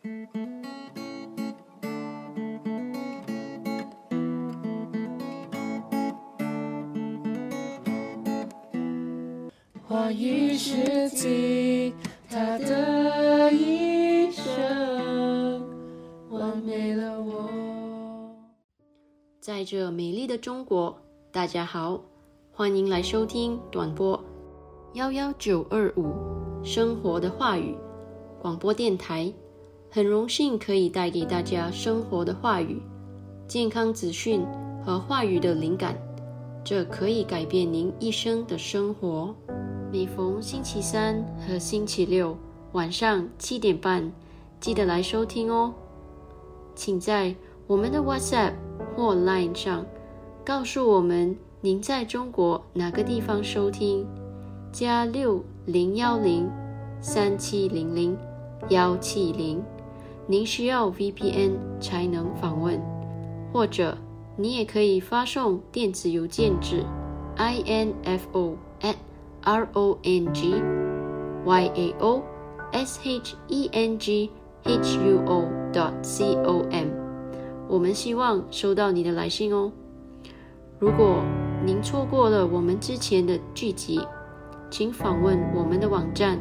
话语是尽他的一生，完美了我。 在这美丽的中国，大家好，欢迎来收听短波11925生活的话语广播电台。很荣幸可以带给大家生活的话语、健康资讯和话语的灵感，这可以改变您一生的生活。每逢星期三和星期六晚上7点半，记得来收听哦。请在我们的 WhatsApp 或 Line 上告诉我们您在中国哪个地方收听，加60103700170。您需要 VPN 才能访问，或者你也可以发送电子邮件至 info@rongyao.shenghuo.com。我们希望收到你的来信哦。如果您错过了我们之前的剧集，请访问我们的网站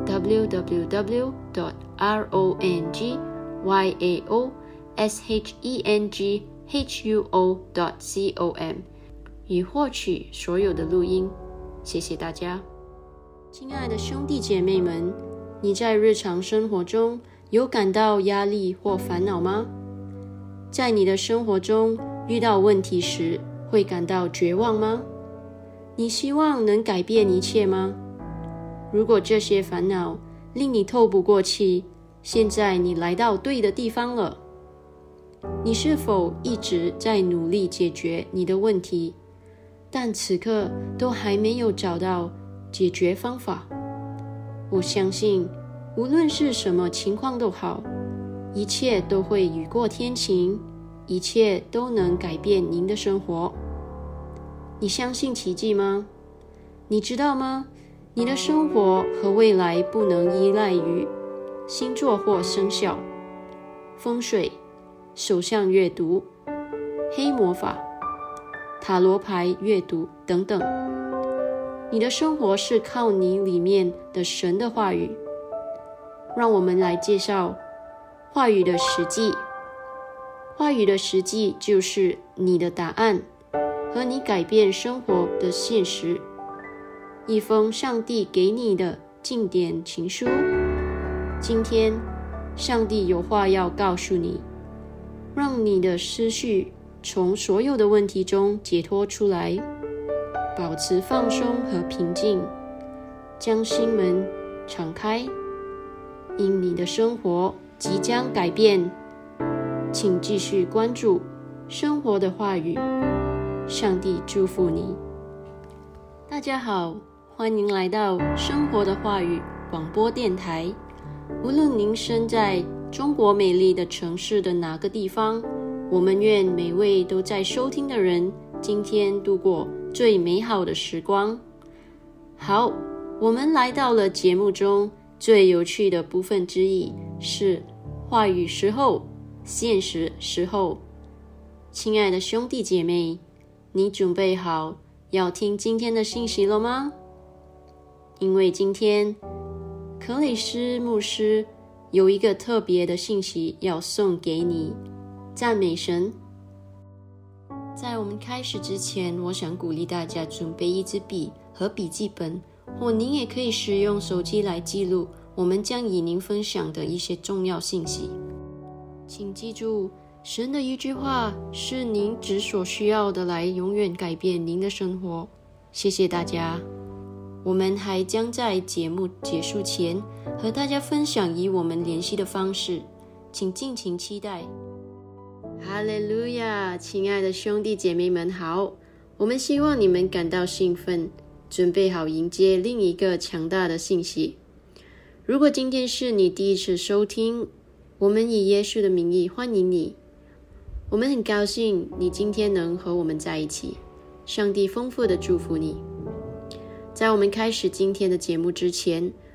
www.rongyao.shenghuo.com 以获取所有的录音。谢谢大家。亲爱的兄弟姐妹们，你在日常生活中有感到压力或烦恼吗？在你的生活中遇到问题时，会感到绝望吗？你希望能改变一切吗？如果这些烦恼令你透不过气，现在你来到对的地方了。你是否一直在努力解决你的问题，但此刻都还没有找到解决方法？我相信，无论是什么情况都好，一切都会雨过天晴，一切都能改变您的生活。你相信奇迹吗？你知道吗？你的生活和未来不能依赖于星座或生肖、风水、手相阅读、黑魔法、塔罗牌阅读等等。你的生活是靠你里面的神的话语。让我们来介绍话语的实际。话语的实际就是你的答案和你改变生活的现实。一封上帝给你的经典情书。今天，上帝有话要告诉你，让你的思绪从所有的问题中解脱出来，保持放松和平静，将心门敞开，因你的生活即将改变。请继续关注生活的话语，上帝祝福你。大家好，欢迎来到生活的话语广播电台。无论您身在中国美丽的城市的哪个地方，我们愿每位都在收听的人今天度过最美好的时光。好，我们来到了节目中最有趣的部分之一，是话语时候，现实时候。亲爱的兄弟姐妹，你准备好要听今天的信息了吗？因为今天克里斯牧师有一个特别的信息要送给你。赞美神。在我们开始之前，我想鼓励大家准备一支笔和笔记本，或您也可以使用手机来记录我们将与您分享的一些重要信息。请记住，神的一句话是您只所需要的，来永远改变您的生活。谢谢大家。我们还将在节目结束前和大家分享与我们联系的方式，请敬请期待。哈利路亚，亲爱的兄弟姐妹们好，我们希望你们感到兴奋，准备好迎接另一个强大的信息。如果今天是你第一次收听，我们以耶稣的名义欢迎你。我们很高兴你今天能和我们在一起，上帝丰富的祝福你。在我们开始今天的节目之前，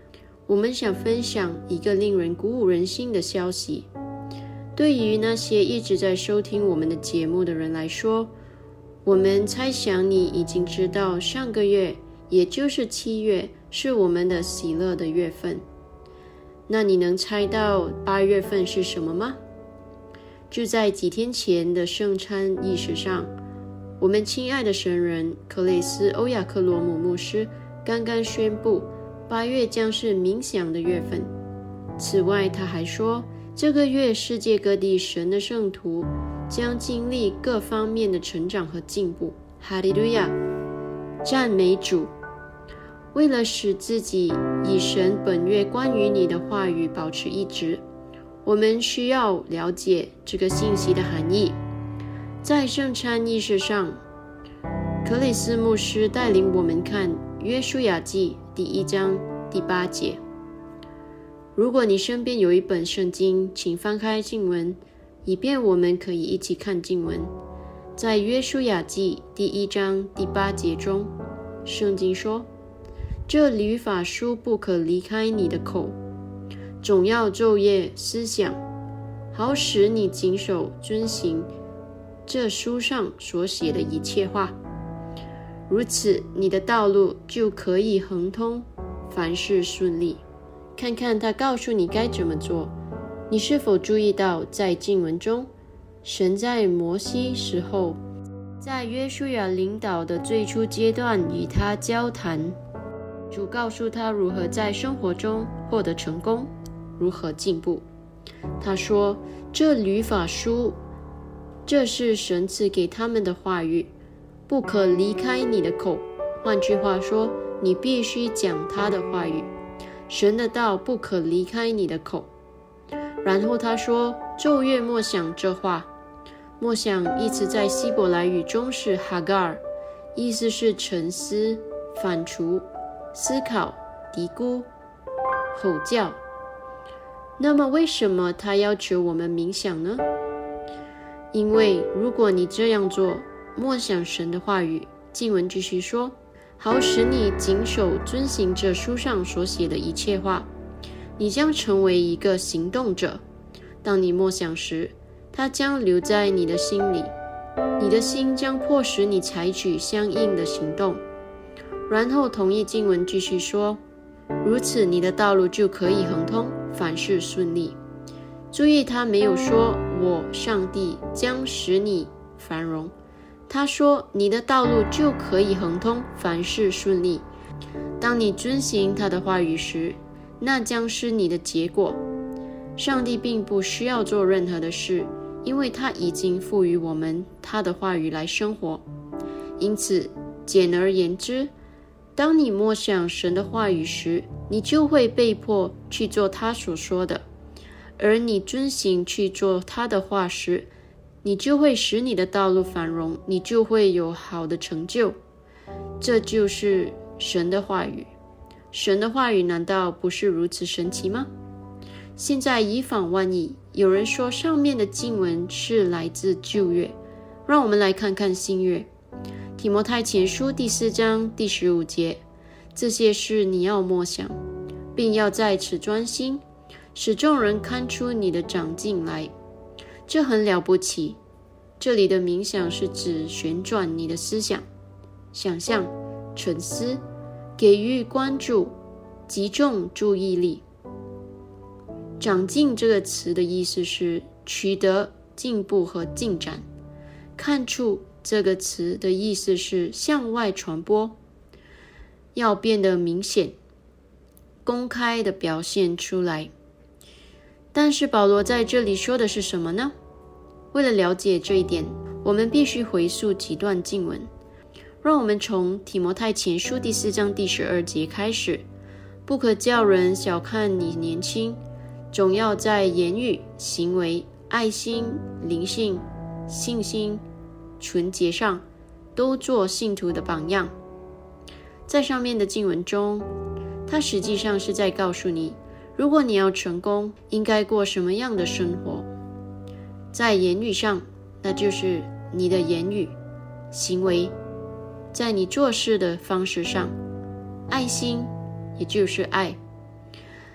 我们想分享一个令人鼓舞人心的消息。对于那些一直在收听我们的节目的人来说，我们猜想你已经知道上个月，也就是7月，是我们的喜乐的月份。那你能猜到8月份是什么吗？就在几天前的圣餐仪式上，我们亲爱的神人克雷斯·欧亚克罗姆牧师刚刚宣布8月将是冥想的月份。此外，他还说，这个月世界各地神的圣徒将经历各方面的成长和进步。哈利路亚，赞美主！为了使自己以神本月关于你的话语保持一致，我们需要了解这个信息的含义。在圣餐仪式上，克里斯牧师带领我们看约书亚记第1章第8节。如果你身边有一本圣经，请翻开经文，以便我们可以一起看经文。在约书亚记第1章第8节中，圣经说，这律法书不可离开你的口，总要昼夜思想，好使你谨守遵行这书上所写的一切话，如此你的道路就可以亨通，凡事顺利。看看他告诉你该怎么做。你是否注意到，在经文中，神在摩西时候，在约书亚领导的最初阶段与他交谈，主告诉他如何在生活中获得成功，如何进步。他说，这律法书，这是神赐给他们的话语，不可离开你的口。换句话说，你必须讲他的话语，神的道不可离开你的口。然后他说，昼夜默想这话。默想一词在希伯来语中是哈嘎尔，意思是沉思、反刍、思考、嘀咕、吼叫。那么为什么他要求我们冥想呢？因为如果你这样做，默想神的话语，经文继续说，好使你谨守遵行这书上所写的一切话，你将成为一个行动者。当你默想时，它将留在你的心里，你的心将迫使你采取相应的行动。然后同一经文继续说，如此你的道路就可以亨通，凡事顺利。注意，他没有说我上帝将使你繁荣，他说你的道路就可以亨通，凡事顺利。当你遵行他的话语时，那将是你的结果。上帝并不需要做任何的事，因为他已经赋予我们他的话语来生活。因此，简而言之，当你默想神的话语时，你就会被迫去做他所说的；而你遵行去做他的话时，你就会使你的道路繁荣，你就会有好的成就。这就是神的话语。神的话语难道不是如此神奇吗？现在以防万一，有人说上面的经文是来自旧约，让我们来看看新约。提摩太前书第4章第15节，这些事你要默想，并要在此专心，使众人看出你的长进来。这很了不起。这里的冥想是指旋转你的思想、想象、沉思，给予关注，集中注意力。长进这个词的意思是取得进步和进展。看出这个词的意思是向外传播，要变得明显，公开的表现出来。但是保罗在这里说的是什么呢？为了了解这一点，我们必须回溯几段经文。让我们从提摩太前书第4章第12节开始。不可叫人小看你年轻，总要在言语、行为、爱心、灵性、信心、纯洁上都做信徒的榜样。在上面的经文中，它实际上是在告诉你，如果你要成功，应该过什么样的生活。在言语上，那就是你的言语、行为；在你做事的方式上，爱心，也就是爱；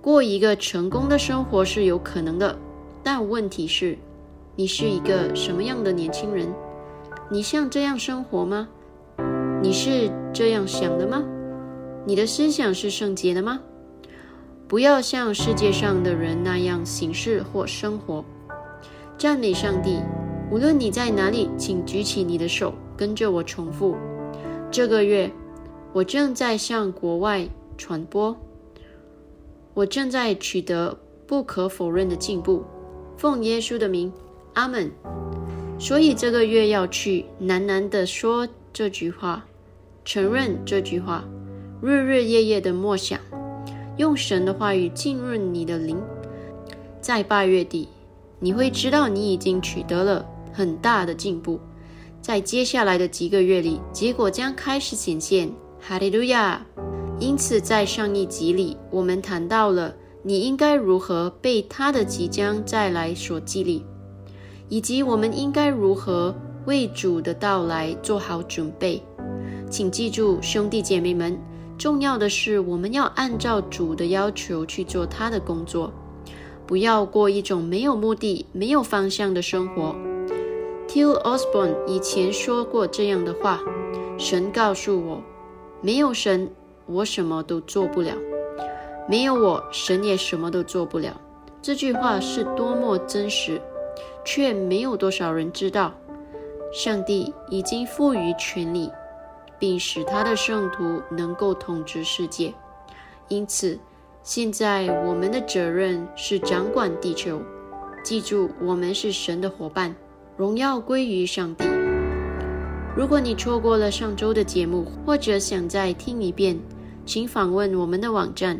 过一个成功的生活是有可能的，但问题是，你是一个什么样的年轻人？你像这样生活吗？你是这样想的吗？你的思想是圣洁的吗？不要像世界上的人那样行事或生活。赞美上帝！无论你在哪里，请举起你的手，跟着我重复：这个月，我正在向国外传播，我正在取得不可否认的进步。奉耶稣的名，阿们。所以这个月要去喃喃地说这句话，承认这句话，日日夜夜的默想，用神的话语浸润你的灵。在8月底，你会知道你已经取得了很大的进步。在接下来的几个月里，结果将开始显现。哈利路亚！因此在上一集里，我们谈到了你应该如何被他的即将再来所激励，以及我们应该如何为主的到来做好准备。请记住，兄弟姐妹们，重要的是我们要按照主的要求去做他的工作，不要过一种没有目的、没有方向的生活。Till Osborne 以前说过这样的话：神告诉我，没有神，我什么都做不了；没有我，神也什么都做不了。这句话是多么真实，却没有多少人知道。上帝已经赋予权力，并使他的圣徒能够统治世界。因此，现在我们的责任是掌管地球。记住，我们是神的伙伴，荣耀归于上帝。如果你错过了上周的节目，或者想再听一遍，请访问我们的网站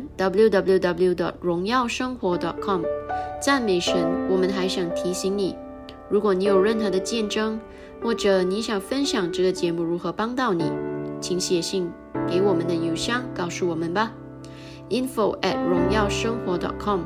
www.荣耀生活.com。 赞美神！我们还想提醒你，如果你有任何的见证，或者你想分享这个节目如何帮到你，请写信给我们的邮箱告诉我们吧。info@荣耀生活.com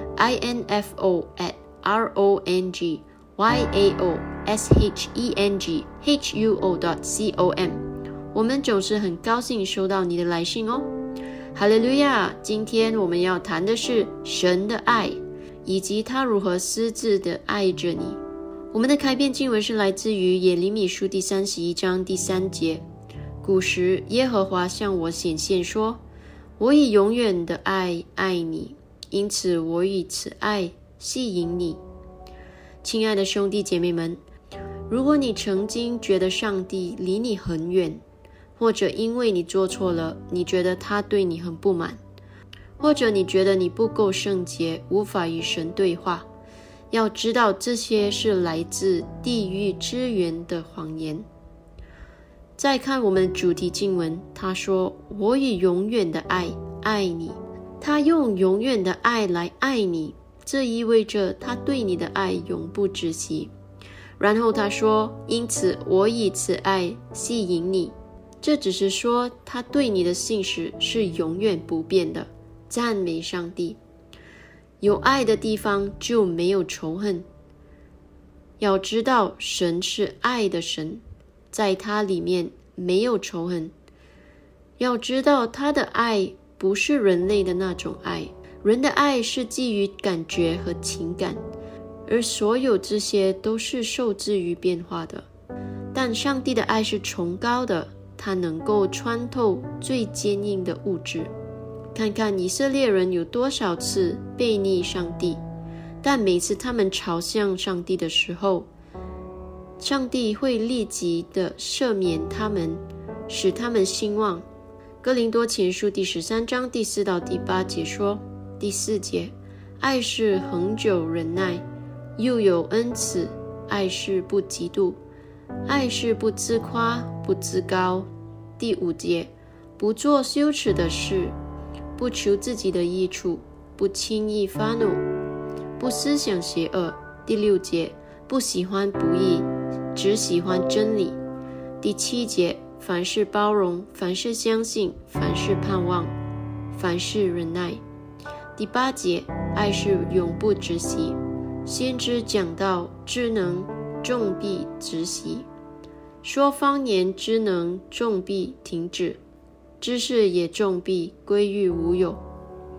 info@RONGYAOSHENGHUO.com。 我们总是很高兴收到你的来信哦。哈利路亚！今天我们要谈的是神的爱，以及他如何私自的爱着你。我们的开篇经文是来自于耶利米书第31章第3节。古时耶和华向我显现说，我以永远的爱爱你，因此我以此爱吸引你。亲爱的兄弟姐妹们，如果你曾经觉得上帝离你很远，或者因为你做错了，你觉得他对你很不满，或者你觉得你不够圣洁，无法与神对话，要知道这些是来自地狱之源的谎言。再看我们的主题经文，他说，我以永远的爱爱你。他用永远的爱来爱你，这意味着他对你的爱永不止息。然后他说，因此我以此爱吸引你。这只是说他对你的信实是永远不变的。赞美上帝！有爱的地方就没有仇恨。要知道，神是爱的神，在他里面没有仇恨。要知道，他的爱不是人类的那种爱，人的爱是基于感觉和情感，而所有这些都是受制于变化的。但上帝的爱是崇高的，它能够穿透最坚硬的物质。看看以色列人有多少次背逆上帝，但每次他们朝向上帝的时候，上帝会立即的赦免他们，使他们兴旺。哥林多前书第13章第4到第8节说，第4节，爱是恒久忍耐，又有恩慈；爱是不嫉妒，爱是不自夸，不自高。第5节，不做羞耻的事，不求自己的益处，不轻易发怒，不思想邪恶。第6节，不喜欢不义，只喜欢真理。第7节，凡事包容，凡事相信，凡事盼望，凡事忍耐。第8节，爱是永不止息。先知讲到知能终必止息，说方言知能终必停止，知识也终必归于无有。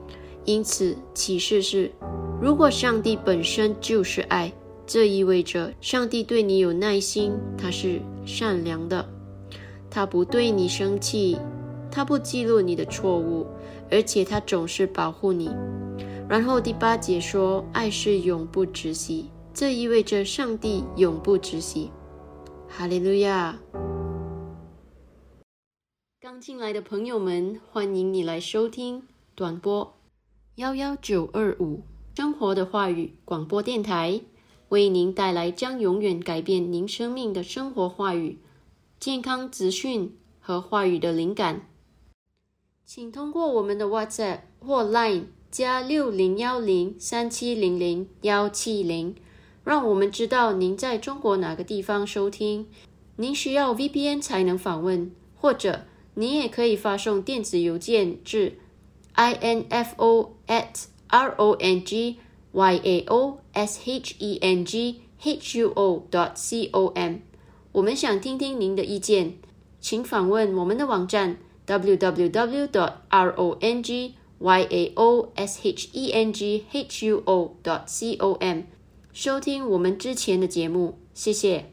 因此启示是，如果上帝本身就是爱，这意味着上帝对你有耐心，他是善良的，他不对你生气，他不记录你的错误，而且他总是保护你。然后第8节说，爱是永不止息，这意味着上帝永不止息。哈利路亚！刚进来的朋友们，欢迎你来收听短波11925生活的话语广播电台，为您带来将永远改变您生命的生活话语、健康资讯和话语的灵感。请通过我们的 WhatsApp 或 Line 加601037000170，让我们知道您在中国哪个地方收听。您需要 VPN 才能访问，或者你也可以发送电子邮件至 info@rongyao.shenghuo.com。我们想听听您的意见，请访问我们的网站 www.rongyao.shenghuo.com， 收听我们之前的节目，谢谢。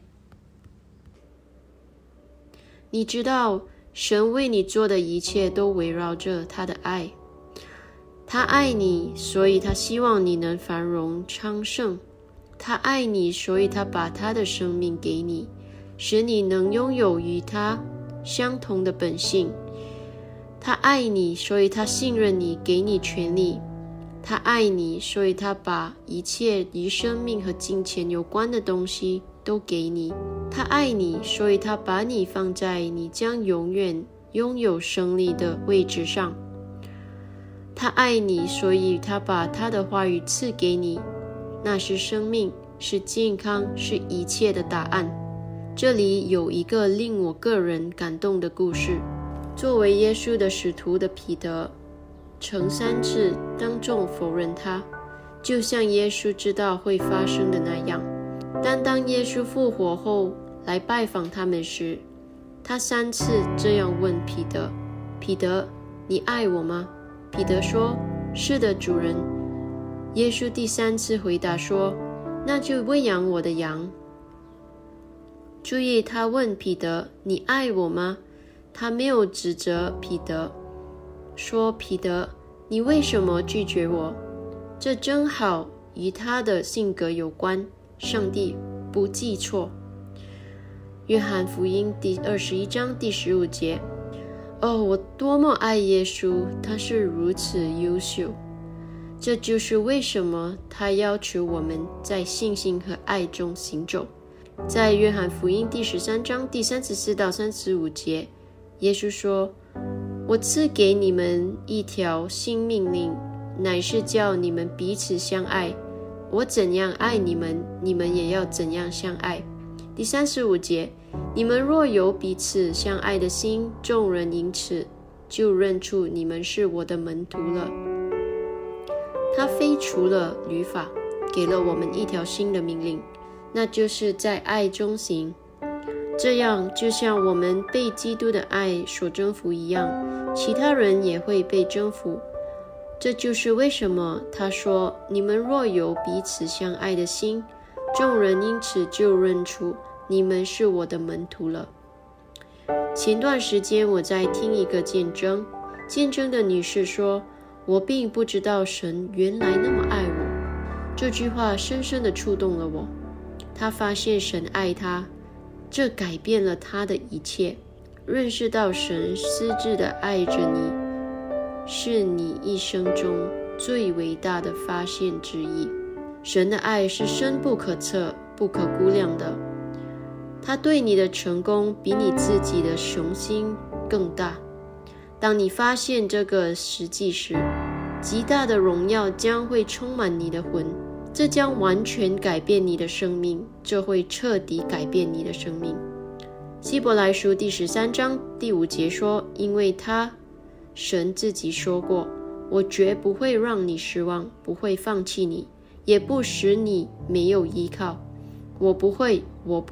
你知道神为你做的一切都围绕着他的爱，他爱你，所以他希望你能繁荣昌盛，他爱你，所以他把他的生命给你，使你能拥有与他相同的本性。他爱你，所以他信任你，给你权利。他爱你，所以他把一切与生命和金钱有关的东西都给你。他爱你，所以他把你放在你将永远拥有胜利的位置上。他爱你，所以他把他的话语赐给你，那是生命，是健康，是一切的答案。这里有一个令我个人感动的故事。作为耶稣的使徒的彼得，曾3次当众否认他，就像耶稣知道会发生的那样。但当耶稣复活后来拜访他们时，他3次这样问彼得：彼得，你爱我吗？彼得说：是的，主人。耶稣第3次回答说：那就喂养我的羊。注意，他问彼得：你爱我吗？他没有指责彼得，说：彼得，你为什么拒绝我？这正好与他的性格有关，上帝不记错。约翰福音第21章第15节，我多么爱耶稣，他是如此优秀。这就是为什么他要求我们在信心和爱中行走。在约翰福音第13章第34到35节，耶稣说：我赐给你们一条新命令，乃是叫你们彼此相爱。我怎样爱你们，你们也要怎样相爱。第35节，你们若有彼此相爱的心，众人因此就认出你们是我的门徒了。他废除了律法，给了我们一条新的命令，那就是在爱中行。这样就像我们被基督的爱所征服一样，其他人也会被征服。这就是为什么他说：你们若有彼此相爱的心，众人因此就认出你们是我的门徒了。前段时间我在听一个见证的女士说：我并不知道神原来那么爱我。这句话深深地触动了我。她发现神爱她，这改变了她的一切。认识到神私自地爱着你，是你一生中最伟大的发现之一。神的爱是深不可测、不可估量的，他对你的成功比你自己的雄心更大。当你发现这个实际时，极大的荣耀将会充满你的魂，这将完全改变你的生命，这会彻底改变你的生命。希伯来书第13章第5节说：因为神自己说过，我绝不会让你失望，不会放弃你，也不使你没有依靠。我不会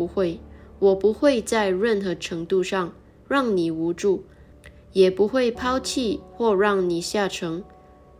在任何程度上让你无助，也不会抛弃或让你下沉。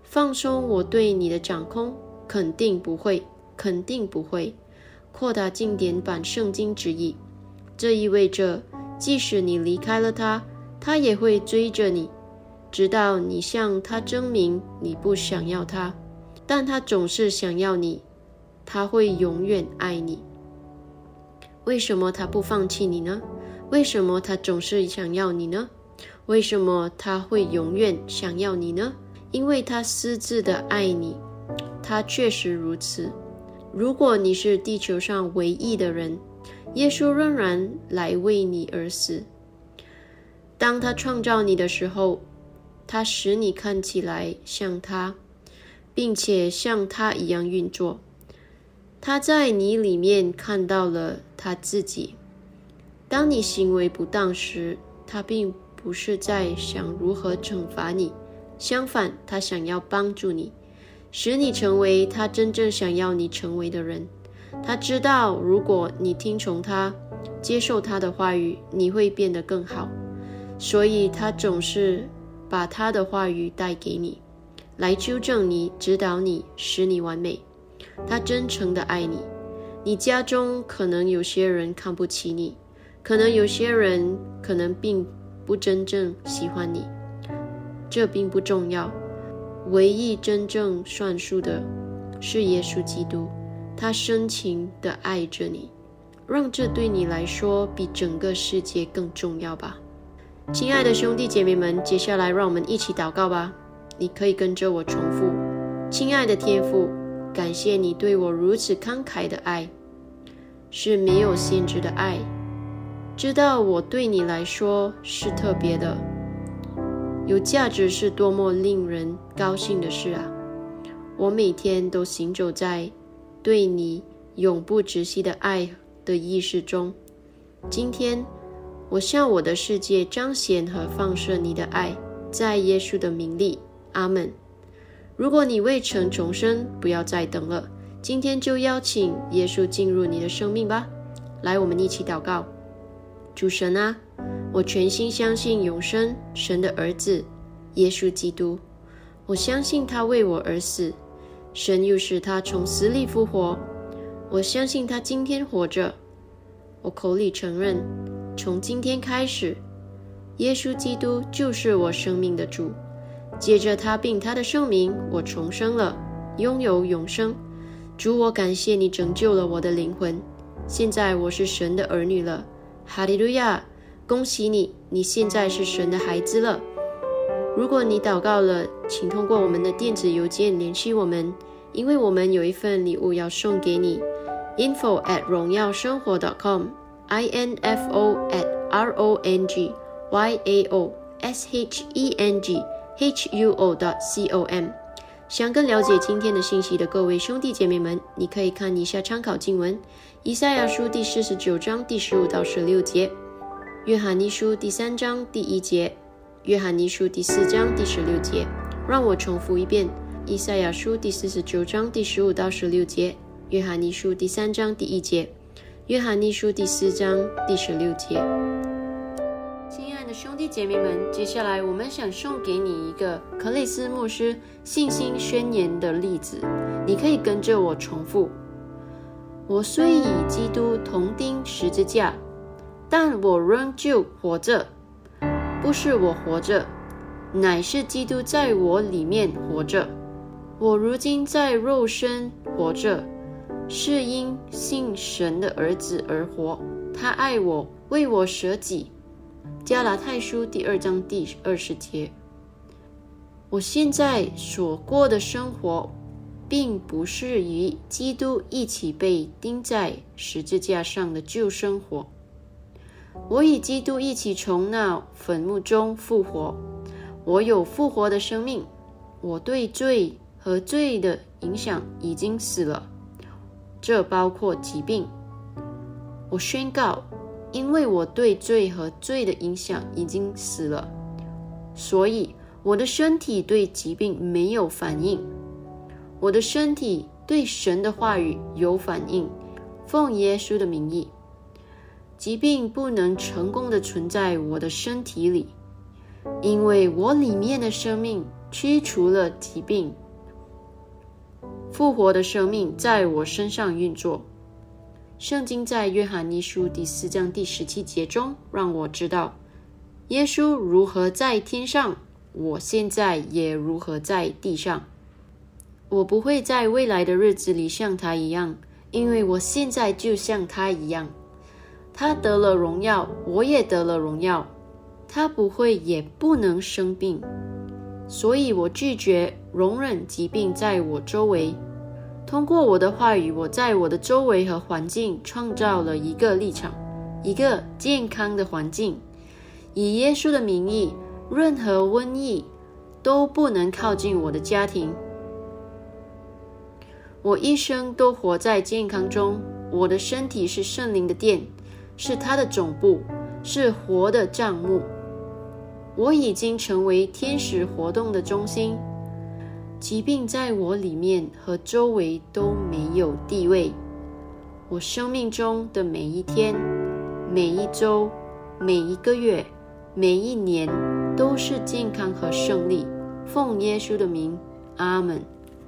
放松我对你的掌控，肯定不会，肯定不会。扩大经典版圣经之意，这意味着即使你离开了他，他也会追着你，直到你向他证明你不想要他，但他总是想要你，他会永远爱你。为什么他不放弃你呢？为什么他总是想要你呢？为什么他会永远想要你呢？因为他私自的爱你，他确实如此。如果你是地球上唯一的人，耶稣仍然来为你而死。当他创造你的时候，他使你看起来像他，并且像他一样运作。他在你里面看到了他自己。当你行为不当时，他并不是在想如何惩罚你，相反，他想要帮助你，使你成为他真正想要你成为的人。他知道，如果你听从他，接受他的话语，你会变得更好。所以他总是把他的话语带给你，来纠正你，指导你，使你完美。他真诚地爱你。你家中可能有些人看不起你，可能有些人可能并不真正喜欢你，这并不重要。唯一真正算数的是耶稣基督，他深情地爱着你，让这对你来说比整个世界更重要吧。亲爱的兄弟姐妹们，接下来让我们一起祷告吧。你可以跟着我重复：亲爱的天父，感谢你对我如此慷慨的爱，是没有限制的爱，知道我对你来说是特别的，有价值是多么令人高兴的事啊！我每天都行走在对你永不止息的爱的意识中。今天我向我的世界彰显和放射你的爱，在耶稣的名里，阿们。如果你未曾重生，不要再等了，今天就邀请耶稣进入你的生命吧。来，我们一起祷告。主神啊，我全心相信永生神的儿子耶稣基督，我相信他为我而死，神又使他从死里复活，我相信他今天活着。我口里承认，从今天开始，耶稣基督就是我生命的主。借着他并他的圣名，我重生了，拥有永生。主，我感谢你拯救了我的灵魂，现在我是神的儿女了。哈利路亚！恭喜你，你现在是神的孩子了。如果你祷告了，请通过我们的电子邮件联系我们，因为我们有一份礼物要送给你。info@荣耀生活.com info@rongyao.huo.com。想更了解今天的信息的各位兄弟姐妹们，你可以看以下参考经文：以赛亚书第49章第15到16节，约翰一书第3章第1节，约翰一书第4章第16节。让我重复一遍：以赛亚书第49章第15到16节，约翰一书第3章第1节，约翰一书第4章第16节。亲爱的兄弟姐妹们，接下来我们想送给你一个克里斯牧师信心宣言的例子，你可以跟着我重复：我虽与基督同钉十字架，但我仍旧活着，不是我活着，乃是基督在我里面活着。我如今在肉身活着，是因信神的儿子而活，他爱我，为我舍己。加拉太书第2章第20节。我现在所过的生活，并不是与基督一起被钉在十字架上的旧生活。我与基督一起从那坟墓中复活，我有复活的生命。我对罪和罪的影响已经死了，这包括疾病。我宣告，因为我对罪和罪的影响已经死了，所以我的身体对疾病没有反应。我的身体对神的话语有反应。奉耶稣的名义，疾病不能成功地存在我的身体里，因为我里面的生命驱除了疾病。复活的生命在我身上运作。圣经在约翰一书第4章第17节中让我知道，耶稣如何在天上，我现在也如何在地上。我不会在未来的日子里像他一样，因为我现在就像他一样。他得了荣耀，我也得了荣耀。他不会也不能生病，所以我拒绝容忍疾病在我周围。通过我的话语，我在我的周围和环境创造了一个立场，一个健康的环境。以耶稣的名义，任何瘟疫都不能靠近我的家庭。我一生都活在健康中。我的身体是圣灵的殿，是他的总部，是活的帐幕。我已经成为天使活动的中心。疾病在我里面和周围都没有地位。我生命中的每一天、每一周、每一个月、每一年都是健康和胜利。奉耶稣的名，阿们。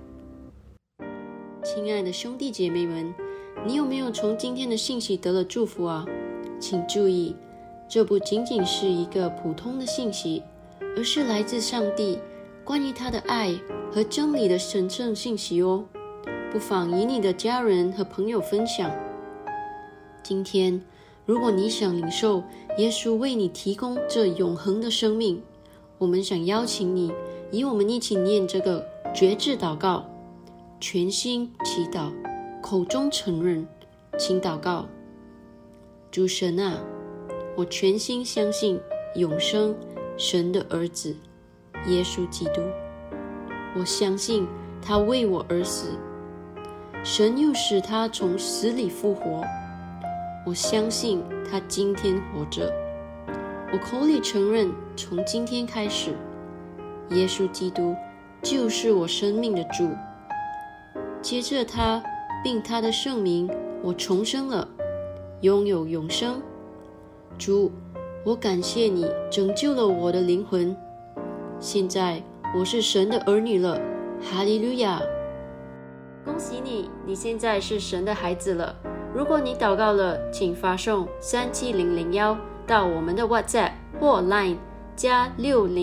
亲爱的兄弟姐妹们，你有没有从今天的信息得了祝福啊？请注意，这不仅仅是一个普通的信息，而是来自上帝关于他的爱和真理的神圣信息哦。不妨与你的家人和朋友分享。今天，如果你想领受耶稣为你提供这永恒的生命，我们想邀请你与我们一起念这个决志祷告，全心祈祷，口中承认。请祷告：主神啊，我全心相信永生神的儿子耶稣基督。我相信他为我而死，神又使他从死里复活。我相信他今天活着。我口里承认，从今天开始，耶稣基督就是我生命的主。接着他并他的圣名，我重生了，拥有永生。主，我感谢你拯救了我的灵魂。现在我是神的儿女了，哈利路亚！恭喜你，你现在是神的孩子了。如果你祷告了，请发送37001到我们的 WhatsApp 或 Line 加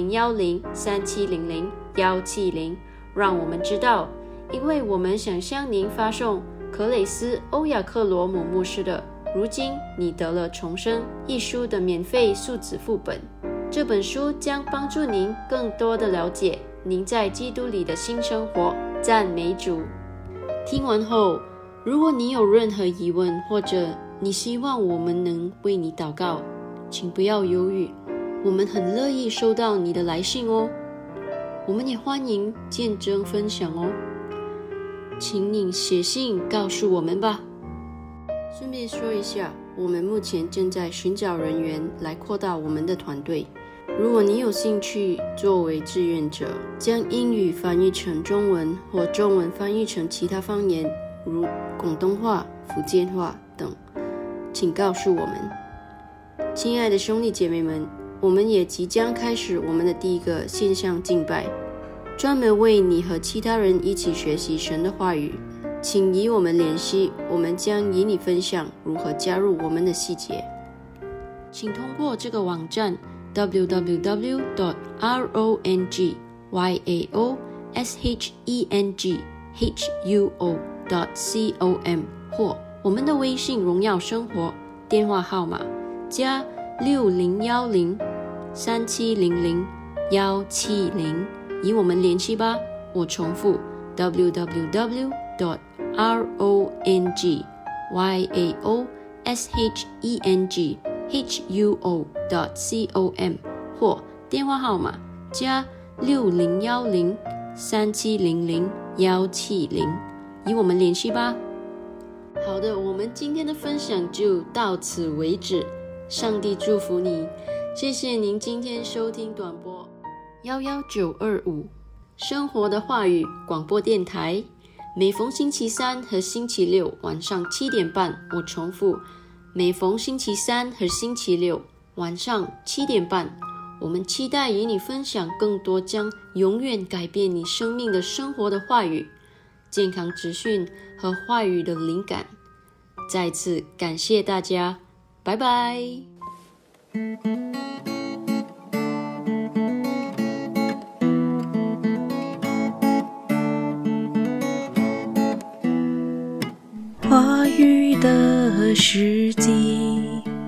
601037000170，让我们知道，因为我们想向您发送格雷斯·欧亚克罗姆牧师的《如今你得了重生》一书的免费数字副本。这本书将帮助您更多的了解您在基督里的新生活。赞美主！听完后，如果你有任何疑问，或者你希望我们能为你祷告，请不要犹豫，我们很乐意收到你的来信哦。我们也欢迎见证分享哦，请你写信告诉我们吧。顺便说一下，我们目前正在寻找人员来扩大我们的团队。如果你有兴趣作为志愿者，将英语翻译成中文或中文翻译成其他方言，如广东话、福建话等，请告诉我们。亲爱的兄弟姐妹们，我们也即将开始我们的第一个线上敬拜，专门为你和其他人一起学习神的话语。请与我们联系，我们将与你分享如何加入我们的细节。请通过这个网站 www.rongyshenghuo.com 或我们的微信荣耀生活电话号码加601037000170，与我们联系吧。我重复 www.rongyashenghuo.com 或电话号码加601037000170，与我们联系吧。好的，我们今天的分享就到此为止。上帝祝福你，谢谢您今天收听短波11925生活的话语广播电台，每逢星期三和星期六晚上7点半。我重复，每逢星期三和星期六晚上7点半， 我们期待与你分享更多将永远改变你生命的生活的话语、健康资讯和话语的灵感。再次感谢大家，拜拜。 话语的时机，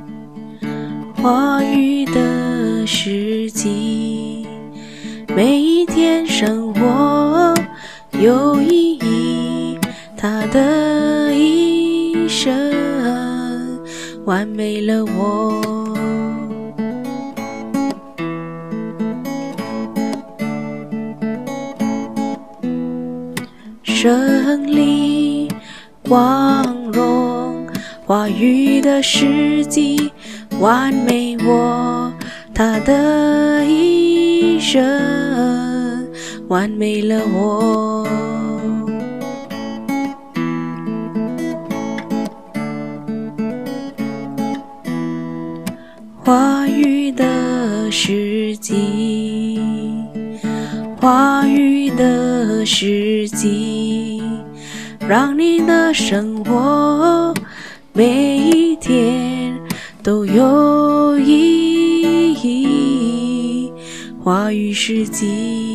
话语的时机，每一天生活有意义，他的一生完美了我。胜利光荣，话语的时机完美我，他的一生完美了我。话语的时机，话语的时机，让你的生活每一天都有意义。话语时机。